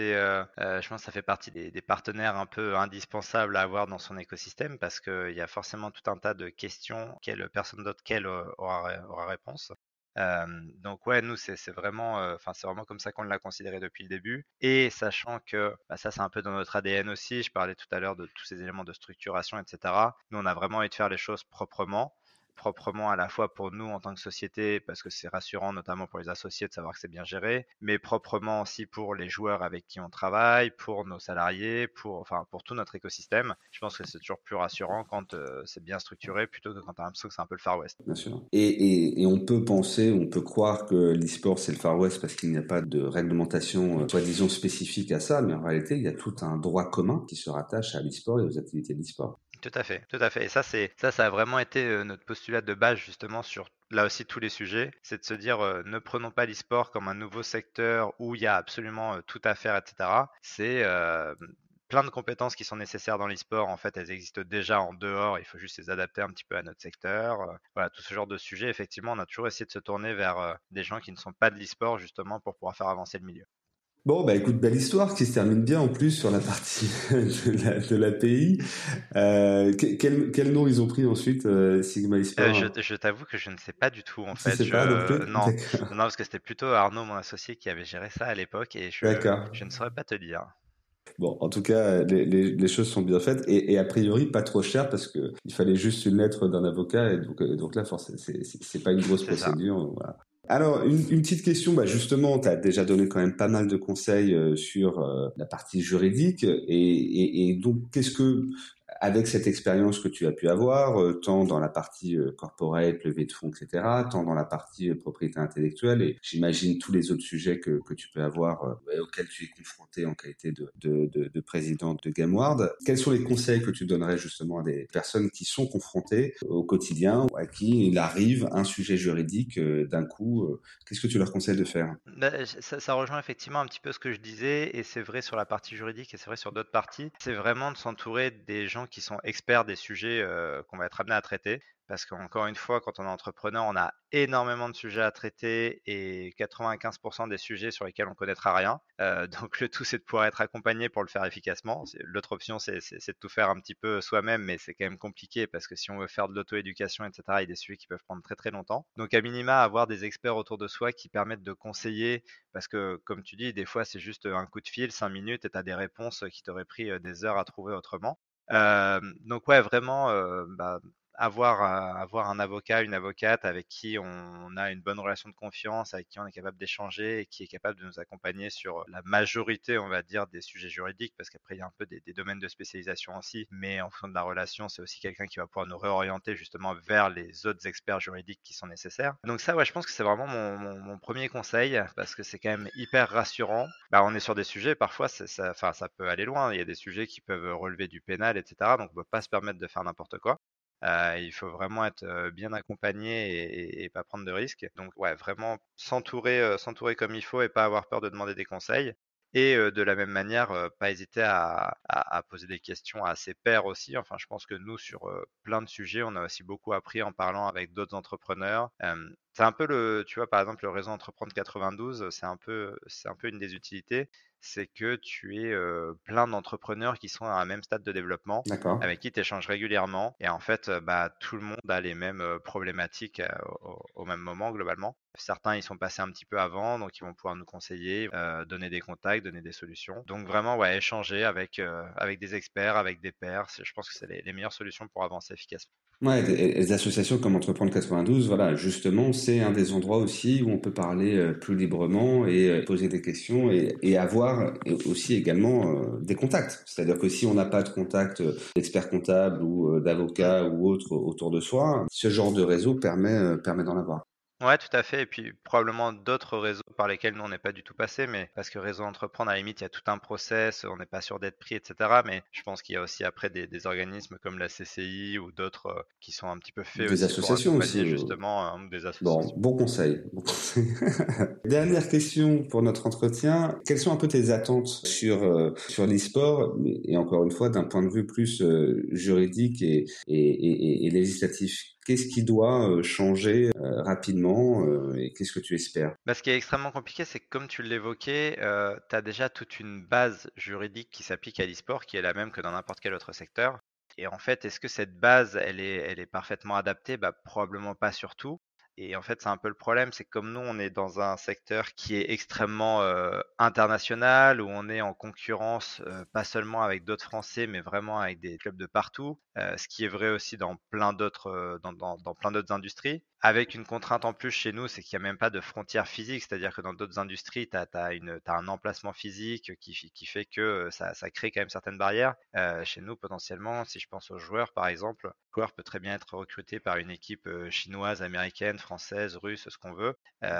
Je pense que ça fait partie des partenaires un peu indispensables à avoir dans son écosystème parce qu'il y a forcément tout un tas de questions auxquelles personne d'autre qu'elle aura réponse. Donc ouais, nous c'est vraiment, enfin c'est vraiment comme ça qu'on l'a considéré depuis le début. Et sachant que bah, ça c'est un peu dans notre ADN aussi. Je parlais tout à l'heure de tous ces éléments de structuration, etc. Nous on a vraiment envie de faire les choses proprement. proprement à la fois pour nous en tant que société, parce que c'est rassurant notamment pour les associés de savoir que c'est bien géré, mais proprement aussi pour les joueurs avec qui on travaille, pour nos salariés, pour tout notre écosystème. Je pense que c'est toujours plus rassurant quand c'est bien structuré plutôt que quand tu as l'impression que c'est un peu le Far West. Bien sûr. Et on peut penser, on peut croire que l'e-sport c'est le Far West parce qu'il n'y a pas de réglementation soi-disant spécifique à ça, mais en réalité il y a tout un droit commun qui se rattache à l'e-sport et aux activités de l'e-sport. Tout à fait, tout à fait. Et ça a vraiment été notre postulat de base justement sur là aussi tous les sujets, c'est de se dire ne prenons pas l'e-sport comme un nouveau secteur où il y a absolument tout à faire, etc. C'est plein de compétences qui sont nécessaires dans l'e-sport. En fait, elles existent déjà en dehors. Il faut juste les adapter un petit peu à notre secteur. Voilà, tout ce genre de sujets. Effectivement, on a toujours essayé de se tourner vers des gens qui ne sont pas de l'e-sport justement pour pouvoir faire avancer le milieu. Bon, bah écoute, belle histoire qui se termine bien en plus sur la partie de l'API. Quel nom ils ont pris ensuite, Sigma eSport? Je t'avoue que je ne sais pas du tout en Tu fait. sais pas non plus? Non, D'accord. non, parce que c'était plutôt Arnaud, mon associé, qui avait géré ça à l'époque et D'accord. je ne saurais pas te dire. Bon, en tout cas, les choses sont bien faites et a priori pas trop cher parce que il fallait juste une lettre d'un avocat et donc là, forcément, c'est pas une grosse C'est ça. procédure. Voilà. Alors, une petite question, bah justement, tu as déjà donné quand même pas mal de conseils sur la partie juridique et donc qu'est-ce que, avec cette expérience que tu as pu avoir, tant dans la partie corporate, levée de fonds, etc., tant dans la partie propriété intellectuelle et j'imagine tous les autres sujets que tu peux avoir auxquels tu es confronté en qualité de président de GameWard, quels sont les conseils que tu donnerais justement à des personnes qui sont confrontées au quotidien, à qui il arrive un sujet juridique d'un coup qu'est-ce que tu leur conseilles de faire? Bah, ça rejoint effectivement un petit peu ce que je disais, et c'est vrai sur la partie juridique et c'est vrai sur d'autres parties. C'est vraiment de s'entourer des gens qui sont experts des sujets qu'on va être amené à traiter. Parce qu'encore une fois, quand on est entrepreneur, on a énormément de sujets à traiter et 95% des sujets sur lesquels on connaîtra rien. Donc le tout, c'est de pouvoir être accompagné pour le faire efficacement. L'autre option, c'est de tout faire un petit peu soi-même, mais c'est quand même compliqué parce que si on veut faire de l'auto-éducation, etc., il y a des sujets qui peuvent prendre très très longtemps. Donc à minima, avoir des experts autour de soi qui permettent de conseiller, parce que comme tu dis, des fois c'est juste un coup de fil, 5 minutes, et tu as des réponses qui t'auraient pris des heures à trouver autrement. Donc ouais, vraiment, avoir un avocat, une avocate avec qui on a une bonne relation de confiance, avec qui on est capable d'échanger et qui est capable de nous accompagner sur la majorité, on va dire, des sujets juridiques, parce qu'après, il y a un peu des domaines de spécialisation aussi, mais en fonction de la relation, c'est aussi quelqu'un qui va pouvoir nous réorienter justement vers les autres experts juridiques qui sont nécessaires. Donc ça, ouais, je pense que c'est vraiment mon premier conseil, parce que c'est quand même hyper rassurant. Bah, on est sur des sujets, parfois, ça peut aller loin, il y a des sujets qui peuvent relever du pénal, etc., donc on ne peut pas se permettre de faire n'importe quoi. Il faut vraiment être bien accompagné et pas prendre de risques. Donc ouais, vraiment s'entourer comme il faut et pas avoir peur de demander des conseils. Et de la même manière, pas hésiter à poser des questions à ses pairs aussi. Enfin, je pense que nous, sur plein de sujets, on a aussi beaucoup appris en parlant avec d'autres entrepreneurs. C'est un peu tu vois, par exemple, le réseau Entreprendre 92, c'est un peu une des utilités. C'est que tu es plein d'entrepreneurs qui sont à un même stade de développement, D'accord. avec qui tu échanges régulièrement. Et en fait, bah, tout le monde a les mêmes problématiques au même moment, globalement. Certains, ils sont passés un petit peu avant, donc ils vont pouvoir nous conseiller, donner des contacts, donner des solutions. Donc vraiment, ouais, échanger avec des experts, avec des pairs, je pense que c'est les meilleures solutions pour avancer efficacement. Ouais, des associations comme Entreprendre 92, voilà, justement, c'est un des endroits aussi où on peut parler plus librement et poser des questions et avoir aussi également des contacts. C'est-à-dire que si on n'a pas de contact d'experts comptables ou Mm. d'avocats ou autres autour de soi, ce genre de réseau permet d'en avoir. Ouais, tout à fait. Et puis probablement d'autres réseaux par lesquels nous on n'est pas du tout passé, mais parce que réseau entreprendre, à la limite, il y a tout un process, on n'est pas sûr d'être pris, etc. Mais je pense qu'il y a aussi après des organismes comme la CCI ou d'autres qui sont un petit peu faits Des aussi pour associations aussi. accompagner justement des Bon, associations. bon conseil. Bon conseil. Dernière question pour notre entretien. Quelles sont un peu tes attentes sur l'e-sport et encore une fois d'un point de vue plus juridique et législatif? Qu'est-ce qui doit changer rapidement et qu'est-ce que tu espères? Bah, ce qui est extrêmement compliqué, c'est que comme tu l'évoquais, tu as déjà toute une base juridique qui s'applique à l'e-sport, qui est la même que dans n'importe quel autre secteur. Et en fait, est-ce que cette base, elle est parfaitement adaptée? Bah, probablement pas sur tout. Et en fait, c'est un peu le problème, c'est que comme nous, on est dans un secteur qui est extrêmement international, où on est en concurrence pas seulement avec d'autres Français, mais vraiment avec des clubs de partout, ce qui est vrai aussi dans plein d'autres dans plein d'autres industries. Avec une contrainte en plus chez nous, c'est qu'il n'y a même pas de frontières physiques, c'est-à-dire que dans d'autres industries, tu as un emplacement physique qui fait que ça crée quand même certaines barrières. Chez nous, potentiellement, si je pense aux joueurs, par exemple, le joueur peut très bien être recruté par une équipe chinoise, américaine, française, russe, ce qu'on veut.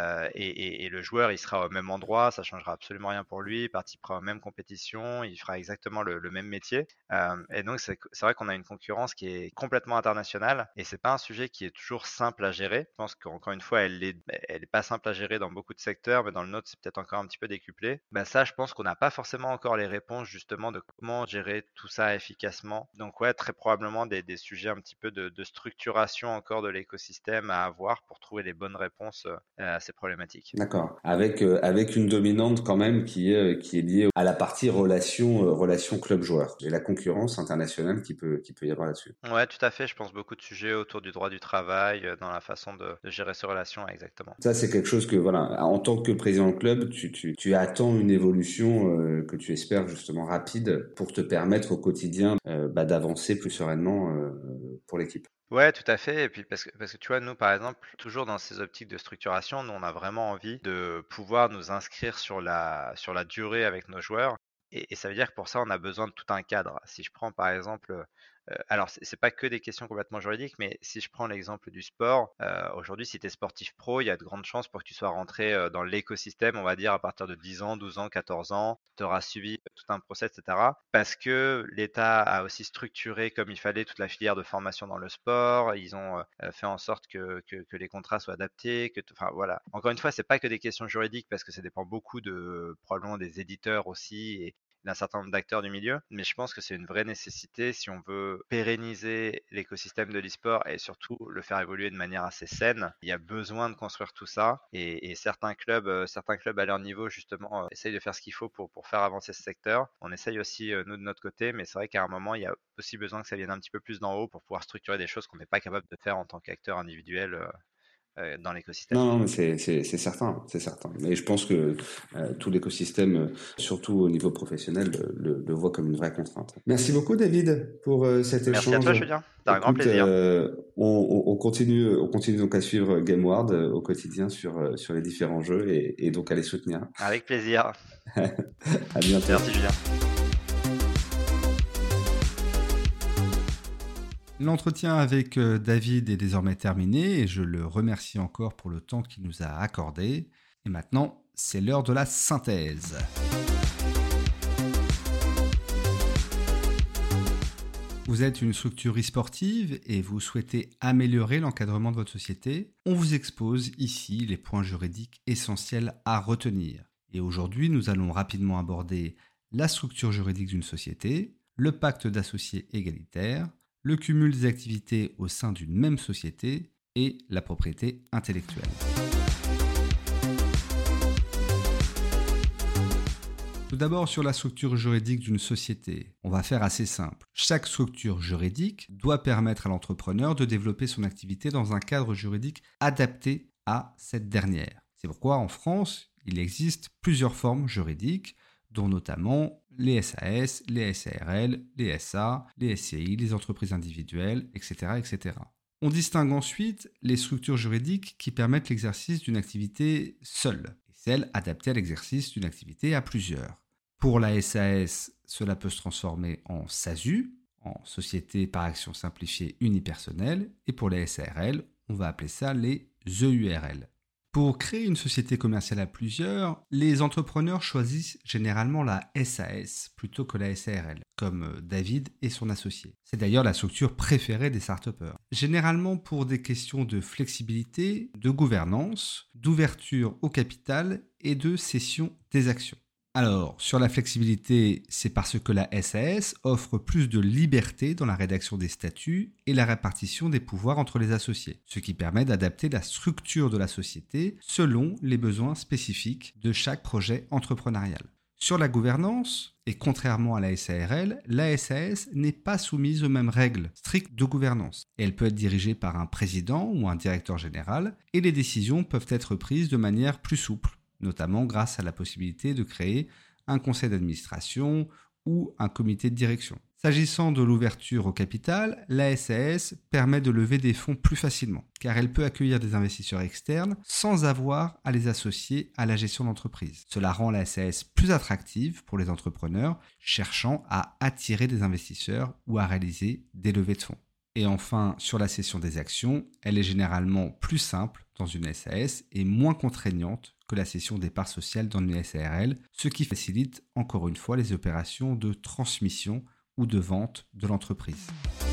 Et le joueur, il sera au même endroit, ça changera absolument rien pour lui, il participera aux mêmes compétitions, il fera exactement le même métier. Et donc, c'est vrai qu'on a une concurrence qui est complètement internationale et c'est pas un sujet qui est toujours simple à gérer. Je pense qu'encore une fois, elle est pas simple à gérer dans beaucoup de secteurs, mais dans le nôtre, c'est peut-être encore un petit peu décuplé. Ben ça, je pense qu'on n'a pas forcément encore les réponses justement de comment gérer tout ça efficacement. Donc ouais, très probablement des sujets un petit peu de structuration encore de l'écosystème à avoir pour trouver les bonnes réponses à ces problématiques. D'accord. Avec une dominante quand même qui est liée à la partie relation club-joueur et la concurrence internationale qui peut y avoir là-dessus. Ouais, tout à fait. Je pense beaucoup de sujets autour du droit du travail, dans la façon de gérer ces relations, exactement. Ça, c'est quelque chose que, voilà, en tant que président de club, tu attends une évolution que tu espères justement rapide pour te permettre au quotidien d'avancer plus sereinement pour l'équipe. Ouais, tout à fait. Et puis parce que tu vois, nous, par exemple, toujours dans ces optiques de structuration, nous, on a vraiment envie de pouvoir nous inscrire sur la durée avec nos joueurs. Et ça veut dire que pour ça, on a besoin de tout un cadre. Si je prends par exemple, alors c'est pas que des questions complètement juridiques, mais si je prends l'exemple du sport, aujourd'hui, si tu es sportif pro, il y a de grandes chances pour que tu sois rentré dans l'écosystème, on va dire, à partir de 10 ans, 12 ans, 14 ans. Tu auras suivi tout un process, etc. Parce que l'État a aussi structuré comme il fallait toute la filière de formation dans le sport. Ils ont fait en sorte que les contrats soient adaptés. Enfin voilà. Encore une fois, c'est pas que des questions juridiques parce que ça dépend beaucoup probablement des éditeurs aussi et d'un certain nombre d'acteurs du milieu, mais je pense que c'est une vraie nécessité si on veut pérenniser l'écosystème de l'e-sport et surtout le faire évoluer de manière assez saine. Il y a besoin de construire tout ça et certains clubs à leur niveau justement essayent de faire ce qu'il faut pour faire avancer ce secteur. On essaye aussi nous de notre côté, mais c'est vrai qu'à un moment il y a aussi besoin que ça vienne un petit peu plus d'en haut pour pouvoir structurer des choses qu'on n'est pas capable de faire en tant qu'acteur individuel dans l'écosystème. Non, mais c'est certain, c'est certain. Et je pense que tout l'écosystème, surtout au niveau professionnel, le voit comme une vraie contrainte. Merci beaucoup, David, pour cet échange. Merci à toi, Julien. C'était un grand plaisir. On continue donc à suivre GameWard au quotidien sur les différents jeux et donc à les soutenir. Avec plaisir. À bientôt. Merci, Julien. L'entretien avec David est désormais terminé et je le remercie encore pour le temps qu'il nous a accordé. Et maintenant, c'est l'heure de la synthèse. Vous êtes une structure e-sportive et vous souhaitez améliorer l'encadrement de votre société. On vous expose ici les points juridiques essentiels à retenir. Et aujourd'hui, nous allons rapidement aborder la structure juridique d'une société, le pacte d'associés égalitaires, le cumul des activités au sein d'une même société et la propriété intellectuelle. Tout d'abord sur la structure juridique d'une société. On va faire assez simple. Chaque structure juridique doit permettre à l'entrepreneur de développer son activité dans un cadre juridique adapté à cette dernière. C'est pourquoi en France, il existe plusieurs formes juridiques, dont notamment les SAS, les SARL, les SA, les SCI, les entreprises individuelles, etc., etc. On distingue ensuite les structures juridiques qui permettent l'exercice d'une activité seule et celles adaptées à l'exercice d'une activité à plusieurs. Pour la SAS, cela peut se transformer en SASU, en Société par action simplifiée unipersonnelle, et pour les SARL, on va appeler ça les EURL. Pour créer une société commerciale à plusieurs, les entrepreneurs choisissent généralement la SAS plutôt que la SARL, comme David et son associé. C'est d'ailleurs la structure préférée des start-upers. Généralement pour des questions de flexibilité, de gouvernance, d'ouverture au capital et de cession des actions. Alors, sur la flexibilité, c'est parce que la SAS offre plus de liberté dans la rédaction des statuts et la répartition des pouvoirs entre les associés, ce qui permet d'adapter la structure de la société selon les besoins spécifiques de chaque projet entrepreneurial. Sur la gouvernance, et contrairement à la SARL, la SAS n'est pas soumise aux mêmes règles strictes de gouvernance. Elle peut être dirigée par un président ou un directeur général, et les décisions peuvent être prises de manière plus souple, notamment grâce à la possibilité de créer un conseil d'administration ou un comité de direction. S'agissant de l'ouverture au capital, la SAS permet de lever des fonds plus facilement, car elle peut accueillir des investisseurs externes sans avoir à les associer à la gestion d'entreprise. Cela rend la SAS plus attractive pour les entrepreneurs cherchant à attirer des investisseurs ou à réaliser des levées de fonds. Et enfin, sur la cession des actions, elle est généralement plus simple dans une SAS et moins contraignante que la cession des parts sociales dans une SARL, ce qui facilite encore une fois les opérations de transmission ou de vente de l'entreprise.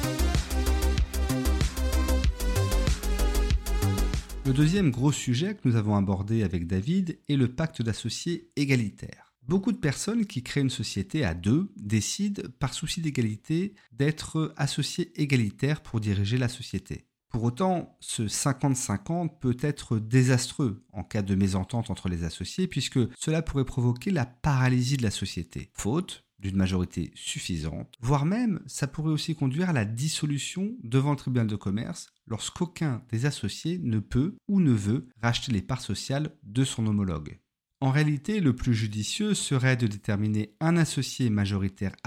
Le deuxième gros sujet que nous avons abordé avec David est le pacte d'associés égalitaire. Beaucoup de personnes qui créent une société à deux décident, par souci d'égalité, d'être associés égalitaires pour diriger la société. Pour autant, ce 50-50 peut être désastreux en cas de mésentente entre les associés puisque cela pourrait provoquer la paralysie de la société, faute d'une majorité suffisante, voire même ça pourrait aussi conduire à la dissolution devant le tribunal de commerce lorsqu'aucun des associés ne peut ou ne veut racheter les parts sociales de son homologue. En réalité, le plus judicieux serait de déterminer un associé majoritaire à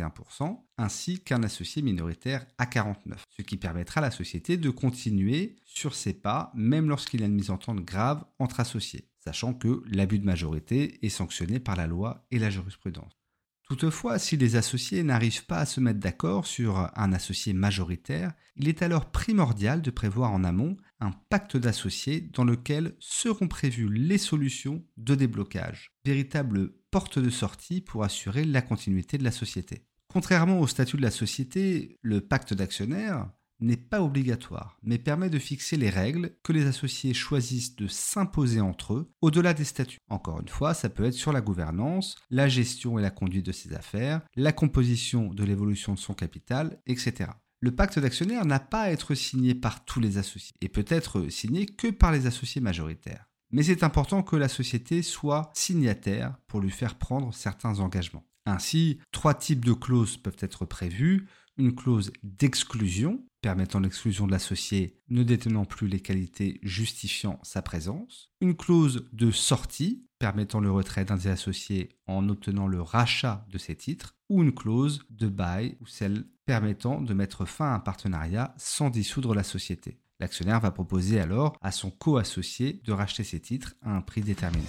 51% ainsi qu'un associé minoritaire à 49%, ce qui permettra à la société de continuer sur ses pas même lorsqu'il y a une mésentente grave entre associés, sachant que l'abus de majorité est sanctionné par la loi et la jurisprudence. Toutefois, si les associés n'arrivent pas à se mettre d'accord sur un associé majoritaire, il est alors primordial de prévoir en amont un pacte d'associés dans lequel seront prévues les solutions de déblocage, véritable porte de sortie pour assurer la continuité de la société. Contrairement au statut de la société, le pacte d'actionnaires n'est pas obligatoire, mais permet de fixer les règles que les associés choisissent de s'imposer entre eux au-delà des statuts. Encore une fois, ça peut être sur la gouvernance, la gestion et la conduite de ses affaires, la composition de l'évolution de son capital, etc. Le pacte d'actionnaires n'a pas à être signé par tous les associés et peut être signé que par les associés majoritaires. Mais c'est important que la société soit signataire pour lui faire prendre certains engagements. Ainsi, 3 types de clauses peuvent être prévues. Une clause d'exclusion, permettant l'exclusion de l'associé ne détenant plus les qualités justifiant sa présence. Une clause de sortie, permettant le retrait d'un des associés en obtenant le rachat de ses titres. Ou une clause de bail, ou celle permettant de mettre fin à un partenariat sans dissoudre la société. L'actionnaire va proposer alors à son co-associé de racheter ses titres à un prix déterminé.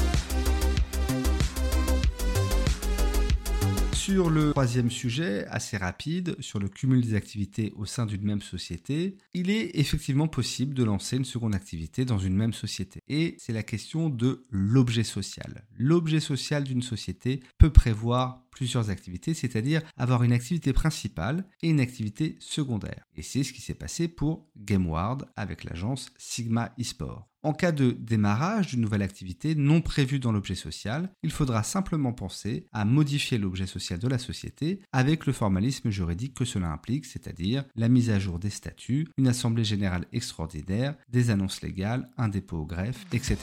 Sur le troisième sujet, assez rapide, sur le cumul des activités au sein d'une même société, il est effectivement possible de lancer une seconde activité dans une même société. Et c'est la question de l'objet social. L'objet social d'une société peut prévoir plusieurs activités, c'est-à-dire avoir une activité principale et une activité secondaire. Et c'est ce qui s'est passé pour GameWard avec l'agence Sigma eSport. En cas de démarrage d'une nouvelle activité non prévue dans l'objet social, il faudra simplement penser à modifier l'objet social de la société avec le formalisme juridique que cela implique, c'est-à-dire la mise à jour des statuts, une assemblée générale extraordinaire, des annonces légales, un dépôt au greffe, etc.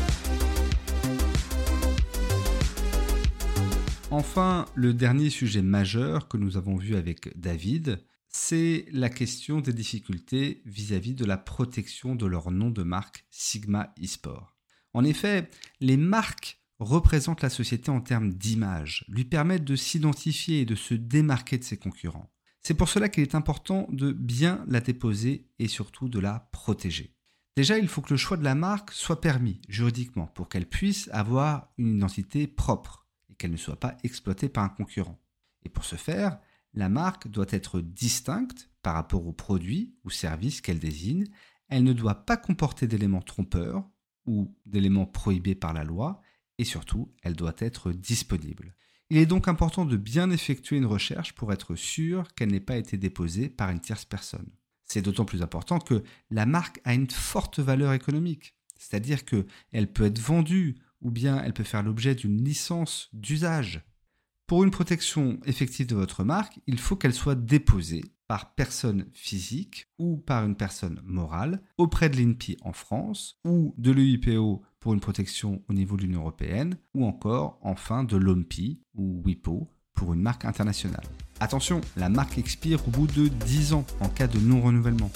Enfin, le dernier sujet majeur que nous avons vu avec David, c'est la question des difficultés vis-à-vis de la protection de leur nom de marque Sigma eSport. En effet, les marques représentent la société en termes d'image, lui permettent de s'identifier et de se démarquer de ses concurrents. C'est pour cela qu'il est important de bien la déposer et surtout de la protéger. Déjà, il faut que le choix de la marque soit permis juridiquement pour qu'elle puisse avoir une identité propre et qu'elle ne soit pas exploitée par un concurrent. Et pour ce faire, la marque doit être distincte par rapport aux produits ou services qu'elle désigne. Elle ne doit pas comporter d'éléments trompeurs ou d'éléments prohibés par la loi. Et surtout, elle doit être disponible. Il est donc important de bien effectuer une recherche pour être sûr qu'elle n'ait pas été déposée par une tierce personne. C'est d'autant plus important que la marque a une forte valeur économique. C'est-à-dire qu'elle peut être vendue ou bien elle peut faire l'objet d'une licence d'usage. Pour une protection effective de votre marque, il faut qu'elle soit déposée par personne physique ou par une personne morale auprès de l'INPI en France ou de l'EUPO pour une protection au niveau de l'Union européenne, ou encore, enfin, de l'OMPI ou WIPO pour une marque internationale. Attention, la marque expire au bout de 10 ans en cas de non-renouvellement.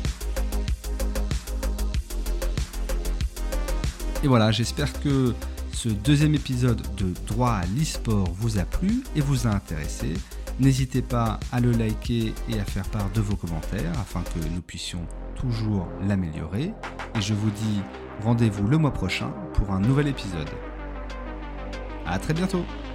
Et voilà, j'espère que ce deuxième épisode de Droit à l'e-sport vous a plu et vous a intéressé. N'hésitez pas à le liker et à faire part de vos commentaires afin que nous puissions toujours l'améliorer. Et je vous dis rendez-vous le mois prochain pour un nouvel épisode. À très bientôt!